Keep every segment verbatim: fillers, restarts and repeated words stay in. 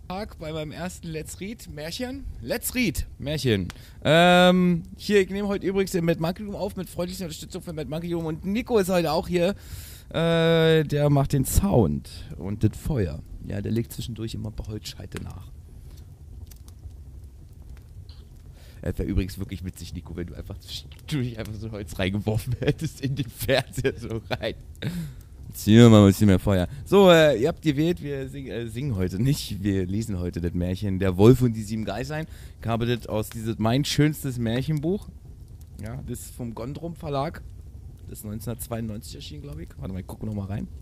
Tag bei meinem ersten Let's Read Märchen. Let's Read Märchen. Ähm, hier, ich nehme heute übrigens den Mad Monkey Room auf mit freundlicher Unterstützung von Mad Monkey Room und Nico ist heute auch hier. Äh, der macht den Sound und das Feuer. Ja, der legt zwischendurch immer ein paar Holzscheite nach. Es wäre übrigens wirklich witzig, Nico, wenn du einfach zwischendurch einfach so Holz reingeworfen hättest in den Fernseher so rein. Jetzt hier mal ein bisschen mehr Feuer. So, äh, ihr habt gewählt, wir sing, äh, singen heute nicht. Wir lesen heute das Märchen Der Wolf und die sieben Geißlein. Ich habe das aus dieses mein schönstes Märchenbuch. Ja, das ist vom Gondrum Verlag. Das ist neunzehnhundertzweiundneunzig erschienen, glaube ich. Warte mal, ich gucke nochmal rein.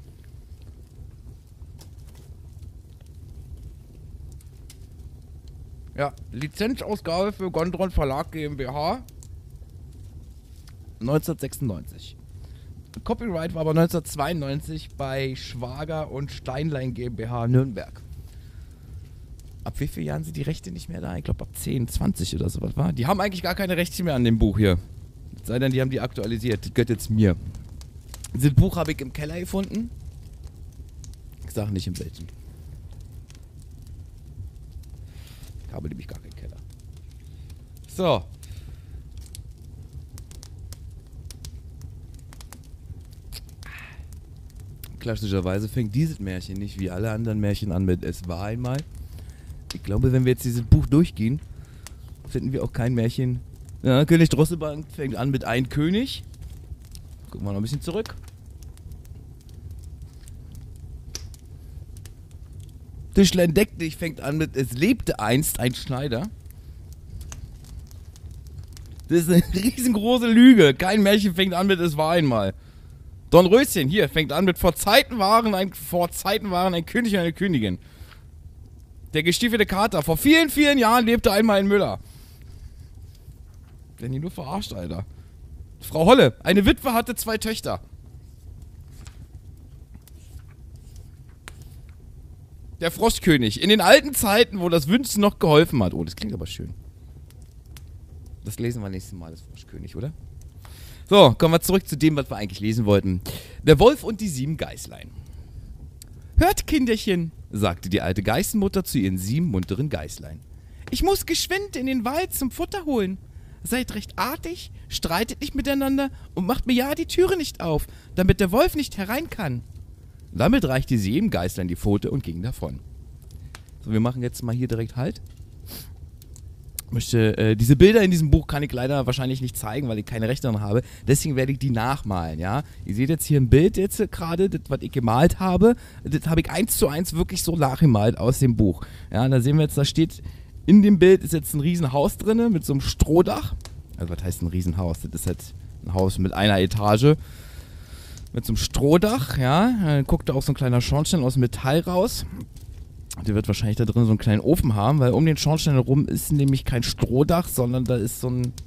Ja, Lizenzausgabe für Gondron Verlag GmbH. neunzehnhundertsechsundneunzig. Copyright war aber neunzehnhundertzweiundneunzig bei Schwager und Steinlein GmbH Nürnberg. Ab wie vielen Jahren sind die Rechte nicht mehr da? Ich glaube ab zehn, zwanzig oder sowas war. Die haben eigentlich gar keine Rechte mehr an dem Buch hier. Sei denn, die haben die aktualisiert. Das gehört jetzt mir. Dieses Buch habe ich im Keller gefunden. Ich sage nicht in welchem. Ich habe nämlich gar keinen Keller. So. Klassischerweise fängt dieses Märchen nicht wie alle anderen Märchen an mit Es war einmal. Ich glaube, wenn wir jetzt dieses Buch durchgehen, finden wir auch kein Märchen. Ja, König Drosselbank fängt an mit Ein König. Gucken wir noch ein bisschen zurück. Tischlein deck dich fängt an mit Es lebte einst ein Schneider. Das ist eine riesengroße Lüge. Kein Märchen fängt an mit Es war einmal. Dornröschen hier fängt an mit Vor Zeiten waren ein, vor Zeiten waren ein König und eine Königin. Der gestiefelte Kater. Vor vielen, vielen Jahren lebte einmal ein Müller. Werden die nur verarscht, Alter. Frau Holle. Eine Witwe hatte zwei Töchter. Der Froschkönig. In den alten Zeiten, wo das Wünschen noch geholfen hat. Oh, das klingt aber schön. Das lesen wir nächstes Mal, das Froschkönig, oder? So, kommen wir zurück zu dem, was wir eigentlich lesen wollten. Der Wolf und die sieben Geißlein. Hört, Kinderchen, sagte die alte Geißenmutter zu ihren sieben munteren Geißlein. Ich muss geschwind in den Wald zum Futter holen. Seid recht artig, streitet nicht miteinander und macht mir ja die Türe nicht auf, damit der Wolf nicht herein kann. Damit reichte sie jedem Geißlein die Pfote und ging davon. So, wir machen jetzt mal hier direkt Halt. Möchte, äh, diese Bilder in diesem Buch kann ich leider wahrscheinlich nicht zeigen, weil ich keine Rechte daran habe. Deswegen werde ich die nachmalen, ja. Ihr seht jetzt hier ein Bild jetzt gerade, das, was ich gemalt habe. Das habe ich eins zu eins wirklich so nachgemalt aus dem Buch. Ja, da sehen wir jetzt, da steht, in dem Bild ist jetzt ein Riesenhaus drin mit so einem Strohdach. Also was heißt ein Riesenhaus? Das ist halt ein Haus mit einer Etage. Mit so einem Strohdach, ja. Dann guckt da auch so ein kleiner Schornstein aus Metall raus. Der wird wahrscheinlich da drin so einen kleinen Ofen haben, weil um den Schornstein herum ist nämlich kein Strohdach, sondern da ist so ein...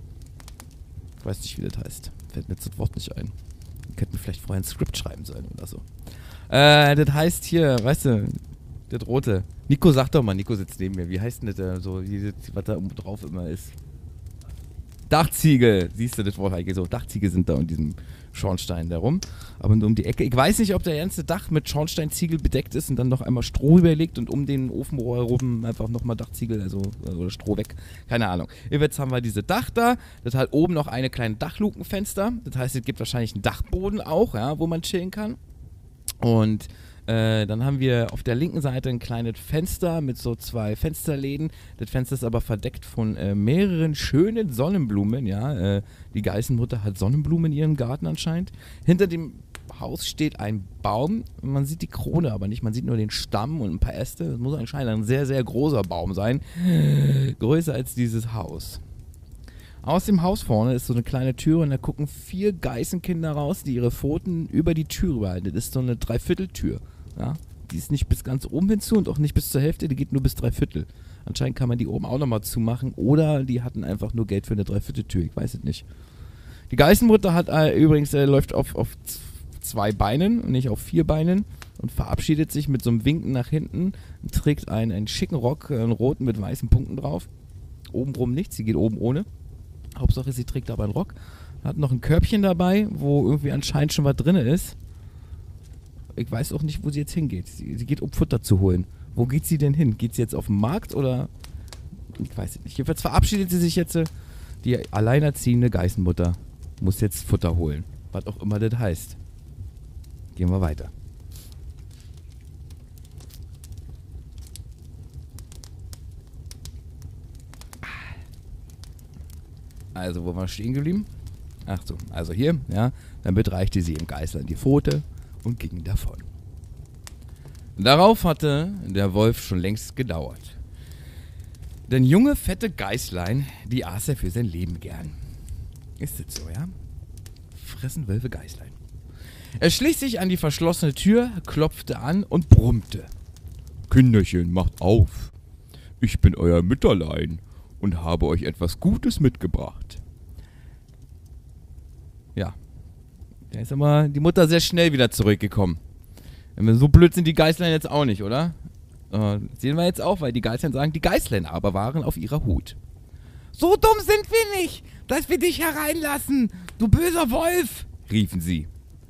Ich weiß nicht, wie das heißt. Fällt mir jetzt das Wort nicht ein. Ich hätte mir vielleicht vorher ein Skript schreiben sollen oder so. Äh, das heißt hier, weißt du, das Rote. Nico, sag doch mal, Nico sitzt neben mir. Wie heißt denn das da so, wie, was da oben drauf immer ist? Dachziegel. Siehst du das Wort eigentlich so? Dachziegel sind da in diesem Schornstein da rum. Aber nur um die Ecke. Ich weiß nicht, ob der ganze Dach mit Schornsteinziegel bedeckt ist und dann noch einmal Stroh überlegt und um den Ofenrohr herum einfach nochmal Dachziegel, also oder Stroh weg. Keine Ahnung. Jetzt haben wir diese Dach da. Das hat oben noch eine kleine Dachlukenfenster. Das heißt, es gibt wahrscheinlich einen Dachboden auch, ja, wo man chillen kann. Und Äh, dann haben wir auf der linken Seite ein kleines Fenster mit so zwei Fensterläden. Das Fenster ist aber verdeckt von äh, mehreren schönen Sonnenblumen, ja. Äh, die Geißenmutter hat Sonnenblumen in ihrem Garten anscheinend. Hinter dem Haus steht ein Baum. Man sieht die Krone aber nicht, man sieht nur den Stamm und ein paar Äste. Das muss anscheinend ein sehr, sehr großer Baum sein. Größer als dieses Haus. Aus dem Haus vorne ist so eine kleine Tür und da gucken vier Geißenkinder raus, die ihre Pfoten über die Tür rüberhalten. Das ist so eine Dreivierteltür. Ja? Die ist nicht bis ganz oben hinzu und auch nicht bis zur Hälfte, die geht nur bis Dreiviertel. Anscheinend kann man die oben auch nochmal zumachen oder die hatten einfach nur Geld für eine Dreivierteltür, ich weiß es nicht. Die Geißenmutter hat äh, übrigens, äh, läuft auf, auf zwei Beinen und nicht auf vier Beinen und verabschiedet sich mit so einem Winken nach hinten und trägt einen, einen schicken Rock, einen roten mit weißen Punkten drauf. Obenrum nichts, sie geht oben ohne. Hauptsache, sie trägt aber einen Rock. Hat noch ein Körbchen dabei, wo irgendwie anscheinend schon was drin ist. Ich weiß auch nicht, wo sie jetzt hingeht. Sie, sie geht, um Futter zu holen. Wo geht sie denn hin? Geht sie jetzt auf den Markt oder? Ich weiß es nicht. Jedenfalls verabschiedet sie sich jetzt. Die alleinerziehende Geißenmutter muss jetzt Futter holen. Was auch immer das heißt. Gehen wir weiter. Also, wo war stehen geblieben? Ach so, also hier, ja. Damit reichte sie dem Geißlein die Pfote und ging davon. Darauf hatte der Wolf schon längst gedauert. Denn junge, fette Geißlein, die aß er für sein Leben gern. Ist das so, ja? Fressen Wölfe Geißlein. Er schlich sich an die verschlossene Tür, klopfte an und brummte. Kinderchen, macht auf. Ich bin euer Mütterlein und habe euch etwas Gutes mitgebracht. Ja. Da ist aber die Mutter sehr schnell wieder zurückgekommen. So blöd sind die Geißlein jetzt auch nicht, oder? Äh, sehen wir jetzt auch, weil die Geißlein sagen, die Geißlein aber waren auf ihrer Hut. So dumm sind wir nicht, dass wir dich hereinlassen, du böser Wolf, riefen sie.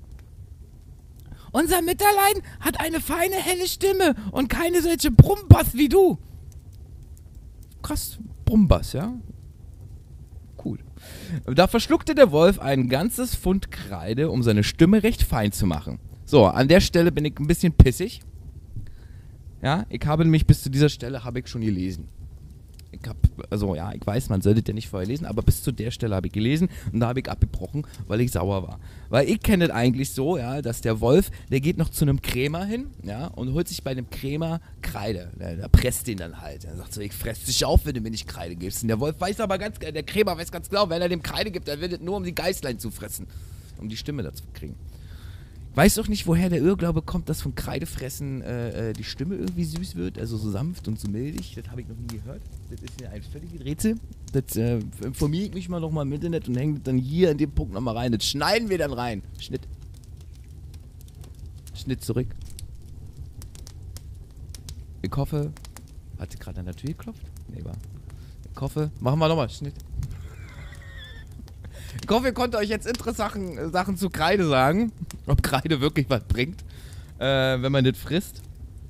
Unser Mütterlein hat eine feine, helle Stimme und keine solche Brummbass wie du. Krass, Brummbass, ja? Cool. Da verschluckte der Wolf ein ganzes Pfund Kreide, um seine Stimme recht fein zu machen. So, an der Stelle bin ich ein bisschen pissig. Ja, ich habe nämlich bis zu dieser Stelle habe ich schon gelesen. Ich habe, also ja, ich weiß, man sollte ja nicht vorher lesen, aber bis zu der Stelle habe ich gelesen und da habe ich abgebrochen, weil ich sauer war. Weil ich kenne das eigentlich so, ja, dass der Wolf, der geht noch zu einem Krämer hin, ja, und holt sich bei dem Krämer Kreide. Der, der presst den dann halt. Er sagt so, ich fress dich auf, wenn du mir nicht Kreide gibst. Und der Wolf weiß aber ganz, der Krämer weiß ganz genau, wenn er dem Kreide gibt, dann wird es nur um die Geißlein zu fressen, um die Stimme dazu zu kriegen. Weiß doch nicht, woher der Irrglaube kommt, dass von Kreidefressen äh, die Stimme irgendwie süß wird, also so sanft und so mildig. Das habe ich noch nie gehört. Das ist ja ein völliges Rätsel. Das äh, informiere ich mich mal nochmal im Internet und hänge dann hier in dem Punkt nochmal rein. Das schneiden wir dann rein. Schnitt. Schnitt zurück. Ich hoffe... Hat sie gerade an der Tür geklopft? Nee, war... Ich hoffe... Machen wir nochmal. Schnitt. Ich hoffe, ihr konntet euch jetzt interessante Sachen zu Kreide sagen. Ob Kreide wirklich was bringt, äh, wenn man das frisst.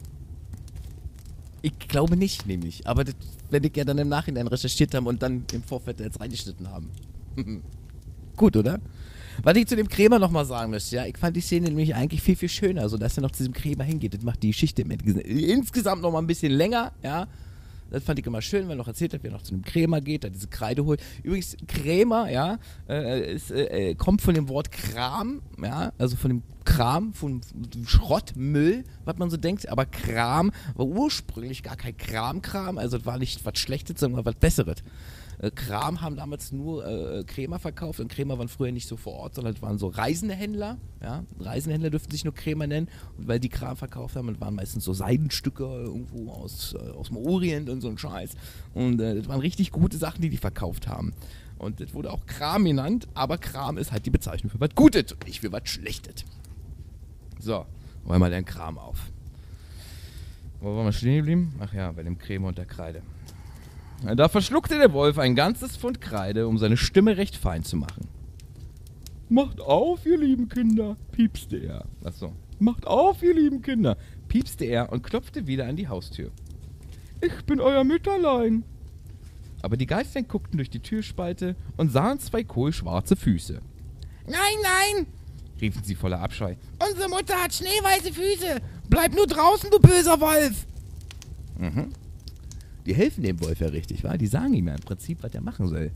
Ich glaube nicht, nämlich. Aber das werde ich ja dann im Nachhinein recherchiert haben und dann im Vorfeld jetzt reingeschnitten haben. Gut, oder? Was ich zu dem Krämer nochmal sagen möchte, ja, ich fand die Szene nämlich eigentlich viel, viel schöner, so dass er noch zu diesem Krämer hingeht. Das macht die Geschichte insgesamt nochmal ein bisschen länger, ja. Das fand ich immer schön, wenn er noch erzählt hat, wie er noch zu einem Krämer geht, der diese Kreide holt. Übrigens, Krämer, ja, äh, ist, äh, kommt von dem Wort Kram, ja, also von dem Kram, von dem Schrottmüll, was man so denkt. Aber Kram war ursprünglich gar kein Kram-Kram, also es war nicht was Schlechtes, sondern was Besseres. Äh, Kram haben damals nur äh, Krämer verkauft und Krämer waren früher nicht so vor Ort, sondern es waren so Reisende Händler, ja. Reisende Händler dürften sich nur Krämer nennen, und weil die Kram verkauft haben, und waren meistens so Seidenstücke irgendwo aus, äh, aus dem Orient und so ein Scheiß. Und äh, das waren richtig gute Sachen, die die verkauft haben. Und das wurde auch Kram genannt, aber Kram ist halt die Bezeichnung für was Gutes und nicht für was Schlechtes. So, räumen wir den Kram auf. Wo waren wir stehen geblieben? Ach ja, bei dem Krämer und der Kreide. Da verschluckte der Wolf ein ganzes Pfund Kreide, um seine Stimme recht fein zu machen. Macht auf, ihr lieben Kinder, piepste er. Achso. Macht auf, ihr lieben Kinder, piepste er und klopfte wieder an die Haustür. Ich bin euer Mütterlein. Aber die Geißlein guckten durch die Türspalte und sahen zwei kohlschwarze Füße. Nein, nein, riefen sie voller Abscheu. Unsere Mutter hat schneeweiße Füße. Bleib nur draußen, du böser Wolf. Mhm. Die helfen dem Wolf ja richtig, wa? Die sagen ihm ja im Prinzip, was er machen soll.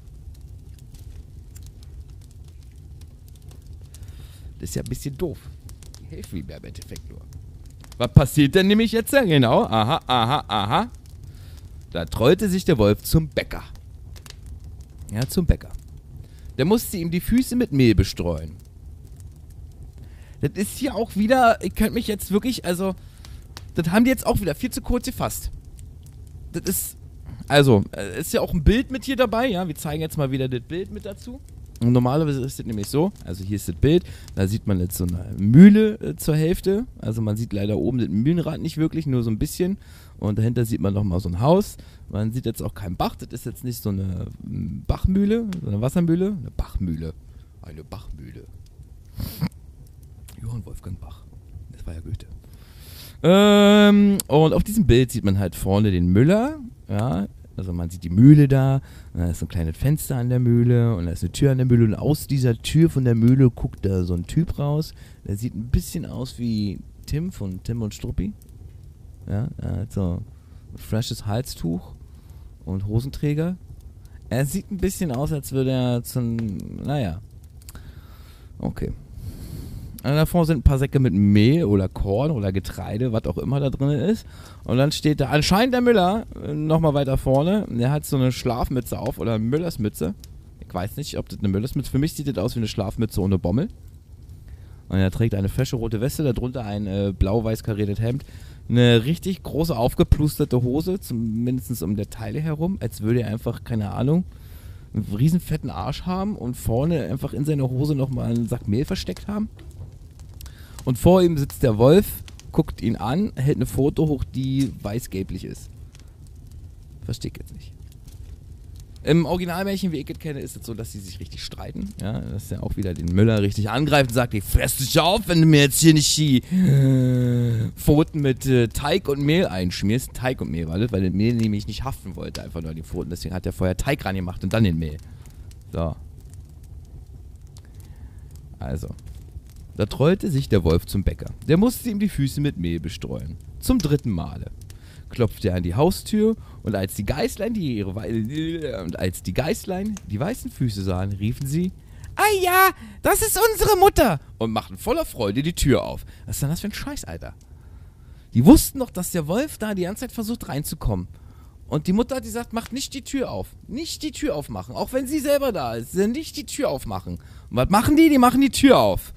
Das ist ja ein bisschen doof. Die helfen ihm ja im Endeffekt nur. Was passiert denn nämlich jetzt? Genau, aha, aha, aha. Da trollte sich der Wolf zum Bäcker. Ja, zum Bäcker. Der musste ihm die Füße mit Mehl bestreuen. Das ist hier auch wieder, ich könnte mich jetzt wirklich, also, das haben die jetzt auch wieder viel zu kurz gefasst. Das ist, also, ist ja auch ein Bild mit hier dabei, ja, wir zeigen jetzt mal wieder das Bild mit dazu. Und normalerweise ist es nämlich so, also hier ist das Bild, da sieht man jetzt so eine Mühle äh, zur Hälfte, also man sieht leider oben das Mühlenrad nicht wirklich, nur so ein bisschen, und dahinter sieht man nochmal so ein Haus, man sieht jetzt auch keinen Bach, das ist jetzt nicht so eine Bachmühle, so eine Wassermühle, eine Bachmühle, eine Bachmühle. Johann Wolfgang Bach, das war ja Goethe. Ähm, und auf diesem Bild sieht man halt vorne den Müller, ja, also man sieht die Mühle da, und da ist so ein kleines Fenster an der Mühle und da ist eine Tür an der Mühle und aus dieser Tür von der Mühle guckt da so ein Typ raus, der sieht ein bisschen aus wie Tim von Tim und Struppi, ja, er hat so ein freshes Halstuch und Hosenträger. Er sieht ein bisschen aus, als würde er zum, naja, okay. Und davor sind ein paar Säcke mit Mehl oder Korn oder Getreide, was auch immer da drin ist. Und dann steht da anscheinend der Müller, äh, nochmal weiter vorne. Der hat so eine Schlafmütze auf oder eine Müllersmütze. Ich weiß nicht, ob das eine Müllersmütze ist. Für mich sieht das aus wie eine Schlafmütze ohne Bommel. Und er trägt eine fesche rote Weste, darunter ein äh, blau-weiß kariertes Hemd. Eine richtig große, aufgeplusterte Hose, zumindest um der Teile herum, als würde er einfach, keine Ahnung, einen riesen fetten Arsch haben und vorne einfach in seiner Hose nochmal einen Sack Mehl versteckt haben. Und vor ihm sitzt der Wolf, guckt ihn an, hält eine Foto hoch, die weiß-gelblich ist. Verstehe ich jetzt nicht. Im Originalmärchen, wie ich es kenne, ist es so, dass sie sich richtig streiten. Ja, dass er auch wieder den Müller richtig angreift und sagt, ich fress dich auf, wenn du mir jetzt hier nicht die äh, Pfoten mit äh, Teig und Mehl einschmierst. Teig und Mehl, weil, weil das Mehl nämlich nicht haften wollte, einfach nur die Pfoten. Deswegen hat er vorher Teig rangemacht und dann den Mehl. So. Also. Da trollte sich der Wolf zum Bäcker. Der musste ihm die Füße mit Mehl bestreuen. Zum dritten Male. Klopfte er an die Haustür und als die Geißlein die ihre We und als die Geißlein die weißen Füße sahen, riefen sie: Ah ja, das ist unsere Mutter! Und machten voller Freude die Tür auf. Was ist denn das für ein Scheiß, Alter? Die wussten doch, dass der Wolf da die ganze Zeit versucht reinzukommen. Und die Mutter hat gesagt, macht nicht die Tür auf. Nicht die Tür aufmachen. Auch wenn sie selber da ist. Nicht die Tür aufmachen. Und was machen die? Die machen die Tür auf.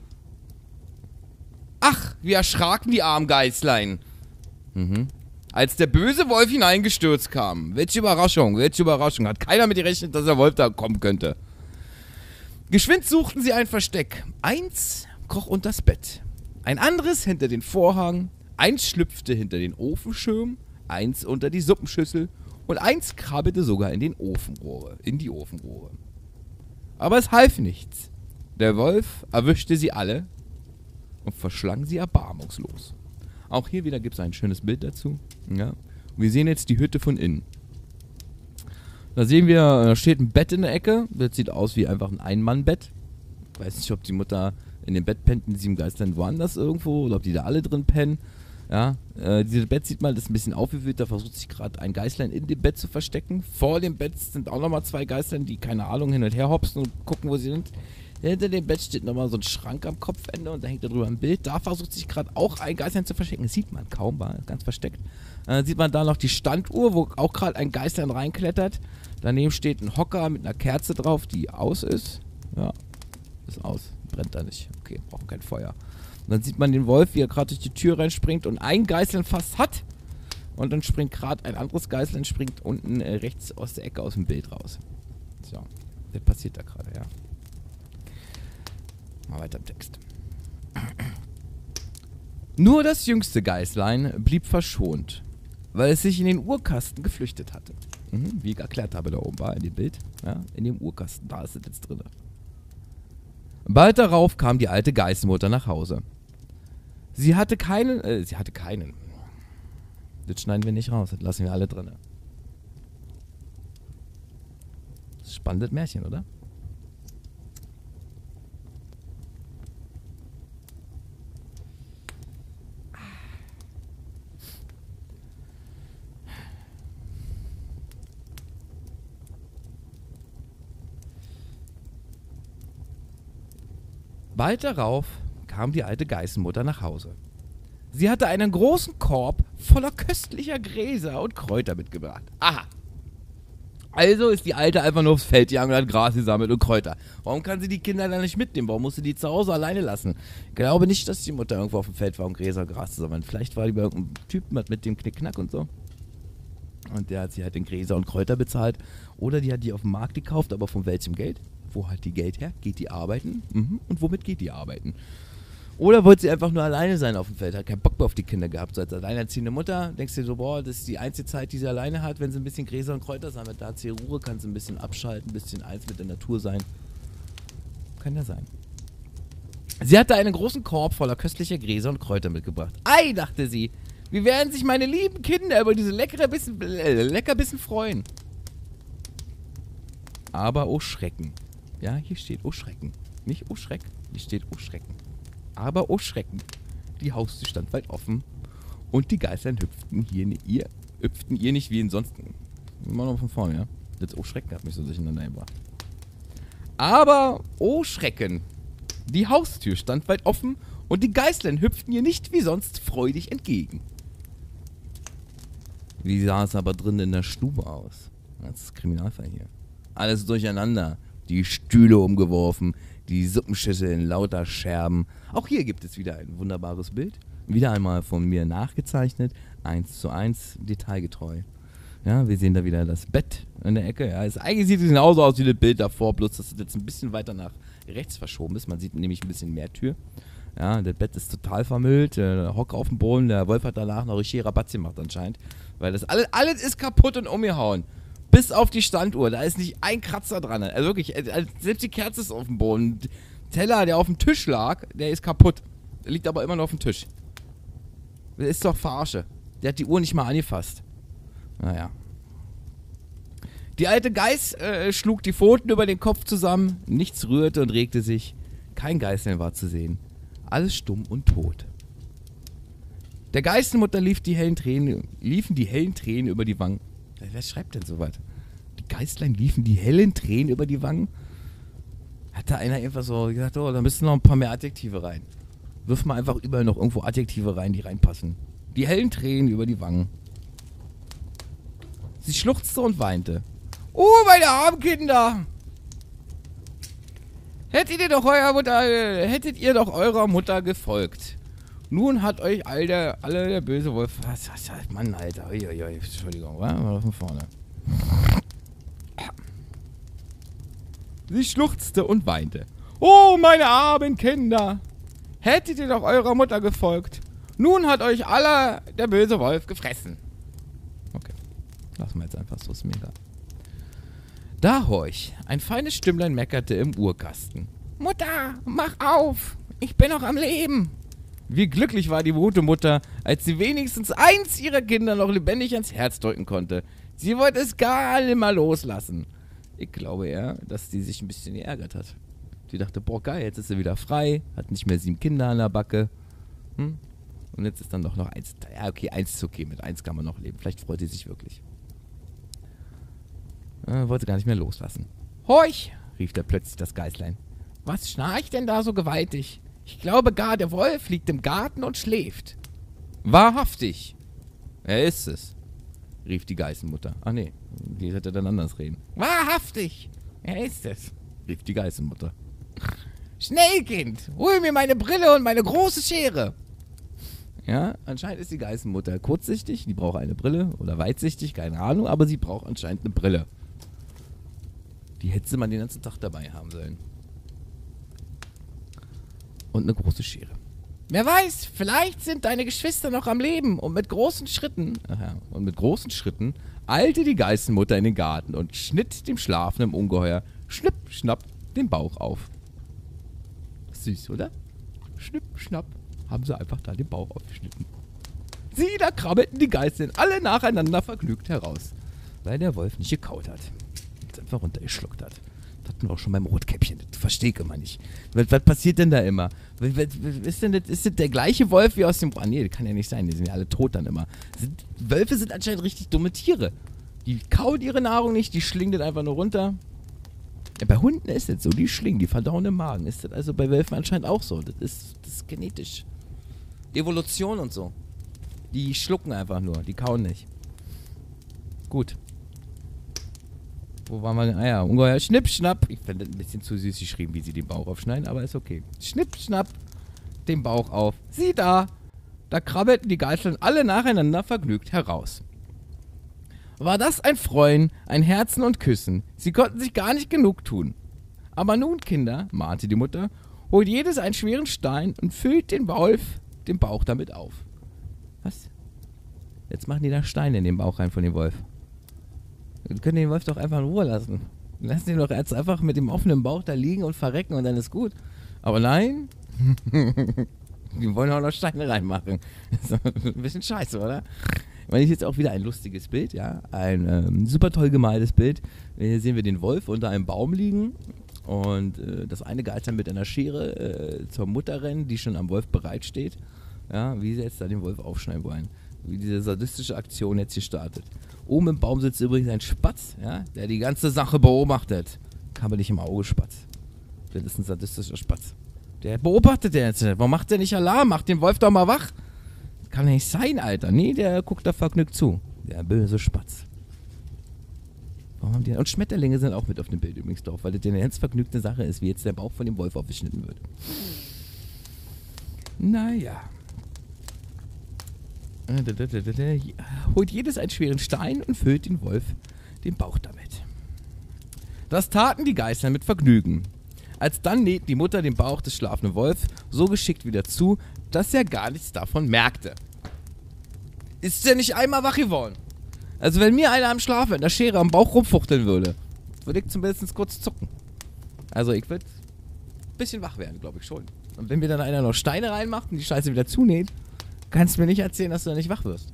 Ach, wie erschraken die armen Geißlein. Mhm. Als der böse Wolf hineingestürzt kam. Welche Überraschung, welche Überraschung. Hat keiner mit gerechnet, dass der Wolf da kommen könnte. Geschwind suchten sie ein Versteck. Eins kroch unters Bett. Ein anderes hinter den Vorhang. Eins schlüpfte hinter den Ofenschirm. Eins unter die Suppenschüssel. Und eins krabbelte sogar in den Ofenrohre, in die Ofenrohre. Aber es half nichts. Der Wolf erwischte sie alle und verschlang sie erbarmungslos. Auch hier wieder gibt es ein schönes Bild dazu. Ja. Und wir sehen jetzt die Hütte von innen. Da sehen wir, da steht ein Bett in der Ecke. Das sieht aus wie einfach ein Ein-Mann-Bett. Ich weiß nicht, ob die Mutter in dem Bett pennt, in diesem Geistern woanders irgendwo, oder ob die da alle drin pennen. Ja, äh, dieses Bett sieht mal, das ist ein bisschen aufgewühlt. Da versucht sich gerade ein Geißlein in dem Bett zu verstecken. Vor dem Bett sind auch nochmal zwei Geißlein, die, keine Ahnung, hin und her hopsen und gucken, wo sie sind. Hinter dem Bett steht nochmal so ein Schrank am Kopfende und da hängt da drüber ein Bild. Da versucht sich gerade auch ein Geißlein zu verstecken. Das sieht man kaum, war ganz versteckt. Dann sieht man da noch die Standuhr, wo auch gerade ein Geißlein reinklettert. Daneben steht ein Hocker mit einer Kerze drauf, die aus ist. Ja, ist aus. Brennt da nicht. Okay, brauchen kein Feuer. Und dann sieht man den Wolf, wie er gerade durch die Tür reinspringt und ein Geißlein fast hat. Und dann springt gerade ein anderes Geißlein, springt unten äh, rechts aus der Ecke aus dem Bild raus. So, das passiert da gerade, ja. Mal weiter im Text. Nur das jüngste Geißlein blieb verschont, weil es sich in den Urkasten geflüchtet hatte. Mhm, wie ich erklärt habe, da oben war in dem Bild. Ja, in dem Urkasten, da ist es jetzt drin. Bald darauf kam die alte Geißenmutter nach Hause. Sie hatte keinen, äh, sie hatte keinen. Das schneiden wir nicht raus, das lassen wir alle drin. Das ist ein spannendes Märchen, oder? Bald darauf kam die alte Geißenmutter nach Hause. Sie hatte einen großen Korb voller köstlicher Gräser und Kräuter mitgebracht. Aha. Also ist die Alte einfach nur aufs Feld gegangen und hat Gras gesammelt und Kräuter. Warum kann sie die Kinder dann nicht mitnehmen? Warum muss sie die zu Hause alleine lassen? Ich glaube nicht, dass die Mutter irgendwo auf dem Feld war, um Gräser und Gras zu sammeln. Vielleicht war die bei irgendeinem Typen mit dem Knickknack und so. Und der hat sie halt in Gräser und Kräuter bezahlt. Oder die hat die auf dem Markt gekauft, aber von welchem Geld? Wo hat die Geld her? Geht die arbeiten? Mhm. Und womit geht die arbeiten? Oder wollte sie einfach nur alleine sein auf dem Feld? Hat keinen Bock mehr auf die Kinder gehabt. So als alleinerziehende Mutter denkst du dir so, boah, das ist die einzige Zeit, die sie alleine hat, wenn sie ein bisschen Gräser und Kräuter sammelt. Da hat sie Ruhe, kann sie ein bisschen abschalten, ein bisschen eins mit der Natur sein. Kann ja sein. Sie hatte einen großen Korb voller köstlicher Gräser und Kräuter mitgebracht. Ei, dachte sie, wie werden sich meine lieben Kinder über diese leckere Bissen, äh, Leckerbissen freuen. Aber oh Schrecken. Ja, hier steht oh Schrecken. Nicht oh Schreck, hier steht oh Schrecken. Aber oh Schrecken. Die Haustür stand weit offen und die Geißlein hüpften hier ihr, hüpften ihr nicht wie in sonst. Immer noch von vorne, ja. Das oh Schrecken hat mich so durcheinander gebracht. Aber oh Schrecken. Die Haustür stand weit offen und die Geißlein hüpften ihr nicht wie sonst freudig entgegen. Wie sah es aber drin in der Stube aus? Das ist Kriminalfall hier. Alles durcheinander. Die Stühle umgeworfen, die Suppenschüssel in lauter Scherben. Auch hier gibt es wieder ein wunderbares Bild. Wieder einmal von mir nachgezeichnet. Eins zu eins, detailgetreu. Ja, wir sehen da wieder das Bett in der Ecke. Ja, es, eigentlich sieht es genauso aus wie das Bild davor, bloß dass es jetzt ein bisschen weiter nach rechts verschoben ist. Man sieht nämlich ein bisschen mehr Tür. Ja, das Bett ist total vermüllt. Der Hocker auf dem Boden. Der Wolf hat danach noch richtig Rabatz gemacht anscheinend. Weil das alles, alles ist kaputt und umgehauen. Bis auf die Standuhr. Da ist nicht ein Kratzer dran. Also wirklich, selbst die Kerze ist auf dem Boden. Der Teller, der auf dem Tisch lag, der ist kaputt. Der liegt aber immer noch auf dem Tisch. Das ist doch Verarsche. Der hat die Uhr nicht mal angefasst. Naja. Die alte Geiß äh, schlug die Pfoten über den Kopf zusammen. Nichts rührte und regte sich. Kein Geißlein war zu sehen. Alles stumm und tot. Der Geißenmutter lief die hellen Tränen, liefen die hellen Tränen über die Wangen. Wer schreibt denn so was? Die Geißlein liefen die hellen Tränen über die Wangen? Hat da einer einfach so gesagt, oh, da müssen noch ein paar mehr Adjektive rein. Wirf mal einfach überall noch irgendwo Adjektive rein, die reinpassen. Die hellen Tränen über die Wangen. Sie schluchzte und weinte. Oh, meine armen Kinder! Hättet ihr doch eurer Mutter, äh, hättet ihr doch eurer Mutter gefolgt. Nun hat euch all der, alle der böse Wolf... Was, was, was, Mann, Alter. Ui, ui, ui. Entschuldigung, wa? Mal von vorne. Sie schluchzte und weinte. Oh, meine armen Kinder! Hättet ihr doch eurer Mutter gefolgt. Nun hat euch alle der böse Wolf gefressen. Okay. Lassen wir jetzt einfach so, ist mir egal. Da horch, ein feines Stimmlein meckerte im Uhrkasten. Mutter, mach auf! Ich bin noch am Leben! Wie glücklich war die gute Mutter, als sie wenigstens eins ihrer Kinder noch lebendig ans Herz drücken konnte. Sie wollte es gar nicht mal loslassen. Ich glaube eher, dass sie sich ein bisschen geärgert hat. Sie dachte, boah geil, jetzt ist sie wieder frei, hat nicht mehr sieben Kinder an der Backe. Hm? Und jetzt ist dann doch noch eins. Ja, okay, eins ist okay, mit eins kann man noch leben. Vielleicht freut sie sich wirklich. Äh, wollte gar nicht mehr loslassen. Horch, rief da plötzlich das Geißlein. Was schnarcht denn da so gewaltig? Ich glaube gar, der Wolf liegt im Garten und schläft. Wahrhaftig. Er ist es, rief die Geißenmutter. Ach nee, die hätte dann anders reden. Wahrhaftig. Er ist es, rief die Geißenmutter. Schnell, Kind, hol mir meine Brille und meine große Schere. Ja, anscheinend ist die Geißenmutter kurzsichtig. Die braucht eine Brille oder weitsichtig, keine Ahnung, aber sie braucht anscheinend eine Brille. Die hätte man den ganzen Tag dabei haben sollen. Und eine große Schere. Wer weiß, vielleicht sind deine Geschwister noch am Leben und mit großen Schritten, aha, und mit großen Schritten eilte die Geißenmutter in den Garten und schnitt dem schlafenden Ungeheuer schnipp, schnapp den Bauch auf. Süß, oder? Schnipp, schnapp, haben sie einfach da den Bauch aufgeschnitten. Sieh, da krabbelten die Geißlein alle nacheinander vergnügt heraus, weil der Wolf nicht gekaut hat. Und einfach runtergeschluckt hat. Das hatten wir auch schon beim Rotkäppchen. Das verstehe ich immer nicht. Was, was passiert denn da immer? Was, was, ist, denn das, ist das der gleiche Wolf wie aus dem... Ah, nee, das kann ja nicht sein. Die sind ja alle tot dann immer. Sind, Wölfe sind anscheinend richtig dumme Tiere. Die kauen ihre Nahrung nicht, die schlingen das einfach nur runter. Ja, bei Hunden ist das so. Die schlingen, die verdauen im Magen. Ist das also bei Wölfen anscheinend auch so. Das ist, das ist genetisch. Evolution und so. Die schlucken einfach nur. Die kauen nicht. Gut. Wo waren wir denn? Ah ja, Ungeheuer. Schnipp, schnapp. Ich finde das ein bisschen zu süß geschrieben, wie sie den Bauch aufschneiden, aber ist okay. Schnipp, schnapp. Den Bauch auf. Sieh da. Da krabbelten die Geißlein alle nacheinander vergnügt heraus. War das ein Freuen, ein Herzen und Küssen. Sie konnten sich gar nicht genug tun. Aber nun, Kinder, mahnte die Mutter, holt jedes einen schweren Stein und füllt den Wolf den Bauch damit auf. Was? Jetzt machen die da Steine in den Bauch rein von dem Wolf. Wir können den Wolf doch einfach in Ruhe lassen. Lassen ihn doch jetzt einfach mit dem offenen Bauch da liegen und verrecken und dann ist gut. Aber nein, Die wollen auch noch Steine reinmachen. Das ist ein bisschen scheiße, oder? Ich meine, hier ist jetzt auch wieder ein lustiges Bild, ja. Ein ähm, super toll gemaltes Bild. Hier sehen wir den Wolf unter einem Baum liegen. Und äh, das eine Geister mit einer Schere äh, zur Mutter rennen, die schon am Wolf bereitsteht. Ja, wie sie jetzt da den Wolf aufschneiden wollen. Wie diese sadistische Aktion jetzt hier startet. Oben im Baum sitzt übrigens ein Spatz, ja, der die ganze Sache beobachtet. Kann man nicht im Auge, Spatz. Das ist ein sadistischer Spatz. Der beobachtet der jetzt. Warum macht der nicht Alarm? Macht den Wolf doch mal wach. Kann ja nicht sein, Alter. Nee, der guckt da vergnügt zu. Der böse Spatz. Warum haben die... Und Schmetterlinge sind auch mit auf dem Bild übrigens drauf, weil das eine ganz vergnügte Sache ist, wie jetzt der Bauch von dem Wolf aufgeschnitten wird. Naja. Holt jedes einen schweren Stein und füllt den Wolf den Bauch damit. Das taten die Geister mit Vergnügen. Alsdann nähte die Mutter den Bauch des schlafenden Wolfs so geschickt wieder zu, dass er gar nichts davon merkte. Ist der nicht einmal wach geworden? Also wenn mir einer am Schlafen mit einer Schere am Bauch rumfuchteln würde, würde ich zumindest kurz zucken. Also ich würde ein bisschen wach werden, glaube ich schon. Und wenn mir dann einer noch Steine reinmacht und die Scheiße wieder zunäht, kannst du mir nicht erzählen, dass du da nicht wach wirst.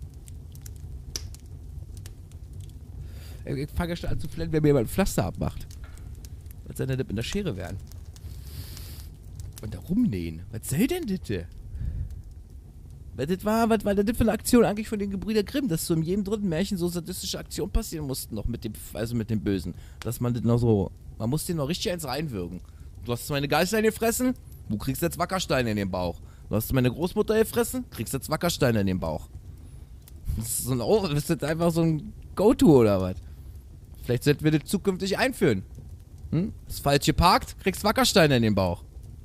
Ich fange ja schon an zu flennen, wenn mir jemand ein Pflaster abmacht. Was soll denn das mit der Schere werden? Und da rumnähen. Was soll denn das? Was das war, was war das für eine Aktion eigentlich von den Gebrüder Grimm, dass so in jedem dritten Märchen so sadistische Aktionen passieren mussten, noch mit dem, also mit dem Bösen. Dass man das noch so, man muss den noch richtig eins reinwürgen. Du hast meine Geister gefressen, du kriegst jetzt Wackersteine in den Bauch. Du hast meine Großmutter gefressen, kriegst jetzt Wackersteine in den Bauch. Das ist, so ein, oh, das ist jetzt einfach so ein Go-To oder was? Vielleicht sollten wir das zukünftig einführen. Hm? Ist falsch geparkt, kriegst Wackersteine in den Bauch.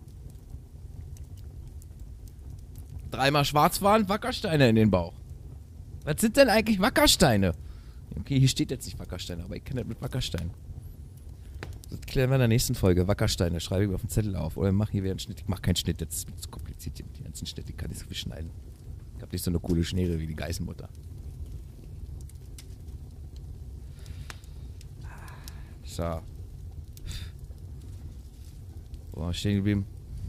Dreimal schwarz fahren, Wackersteine in den Bauch. Was sind denn eigentlich Wackersteine? Okay, hier steht jetzt nicht Wackersteine, aber ich kenne das mit Wackersteinen. Das klären wir in der nächsten Folge. Wackersteine, schreibe ich mir auf den Zettel auf. Oder mach hier wieder einen Schnitt. Ich mach keinen Schnitt, das ist mir zu kompliziert hier mit den ganzen Schnitt. Ich kann nicht so viel schneiden. Ich hab nicht so eine coole Schnere wie die Geißenmutter. So. Wo war ich stehen geblieben?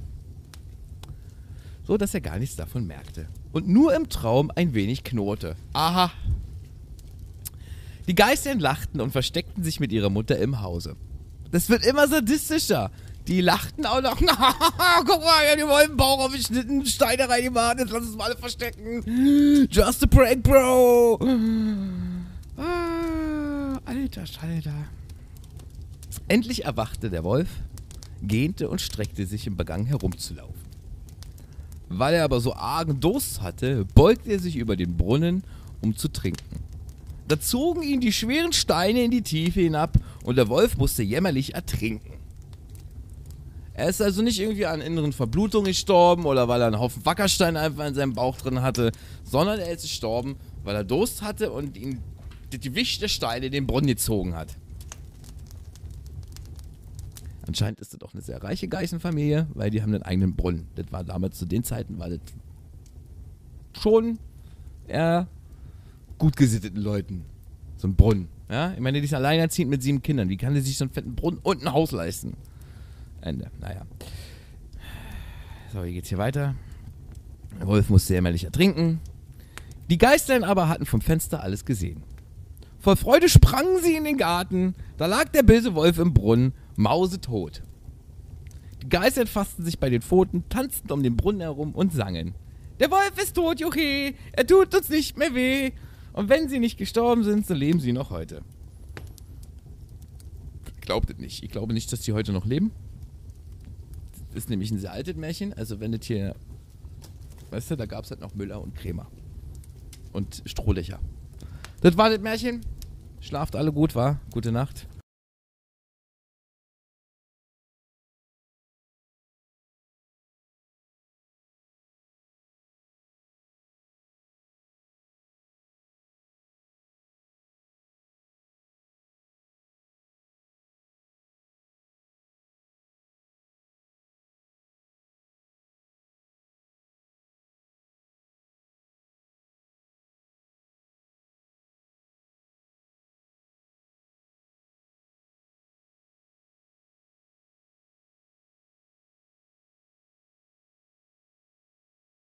So, dass er gar nichts davon merkte. Und nur im Traum ein wenig knurrte. Aha. Die Geister lachten und versteckten sich mit ihrer Mutter im Hause. Das wird immer sadistischer. Die lachten auch noch. Guck mal, ja, die wollen den Bauch aufgeschnitten, Steine reingemacht, jetzt lass uns mal alle verstecken. Just a prank, Bro. Ah, alter Schalter. Endlich erwachte der Wolf, gähnte und streckte sich im Gang herumzulaufen. Weil er aber so argen Durst hatte, beugte er sich über den Brunnen, um zu trinken. Da zogen ihn die schweren Steine in die Tiefe hinab und der Wolf musste jämmerlich ertrinken. Er ist also nicht irgendwie an inneren Verblutungen gestorben oder weil er einen Haufen Wackersteine einfach in seinem Bauch drin hatte, sondern er ist gestorben, weil er Durst hatte und ihn die Gewicht der Steine in den Brunnen gezogen hat. Anscheinend ist das doch eine sehr reiche Geißenfamilie, weil die haben einen eigenen Brunnen. Das war damals zu den Zeiten, war das schon eher gut gesitteten Leuten. So ein Brunnen. Ja? Ich meine, die ist alleinerziehend mit sieben Kindern. Wie kann die sich so einen fetten Brunnen und ein Haus leisten? Ende. Naja. So, wie geht's hier weiter? Der Wolf musste jämmerlich ertrinken. Die Geister aber hatten vom Fenster alles gesehen. Voll Freude sprangen sie in den Garten. Da lag der böse Wolf im Brunnen, mausetot. Die Geister fassten sich bei den Pfoten, tanzten um den Brunnen herum und sangen. Der Wolf ist tot, Juche, er tut uns nicht mehr weh. Und wenn sie nicht gestorben sind, so leben sie noch heute. Glaubt es nicht. Ich glaube nicht, dass die heute noch leben. Das ist nämlich ein sehr altes Märchen. Also wenn das hier, weißt du, da gab es halt noch Müller und Krämer. Und Strohlöcher. Das war das Märchen. Schlaft alle gut, wa? Gute Nacht.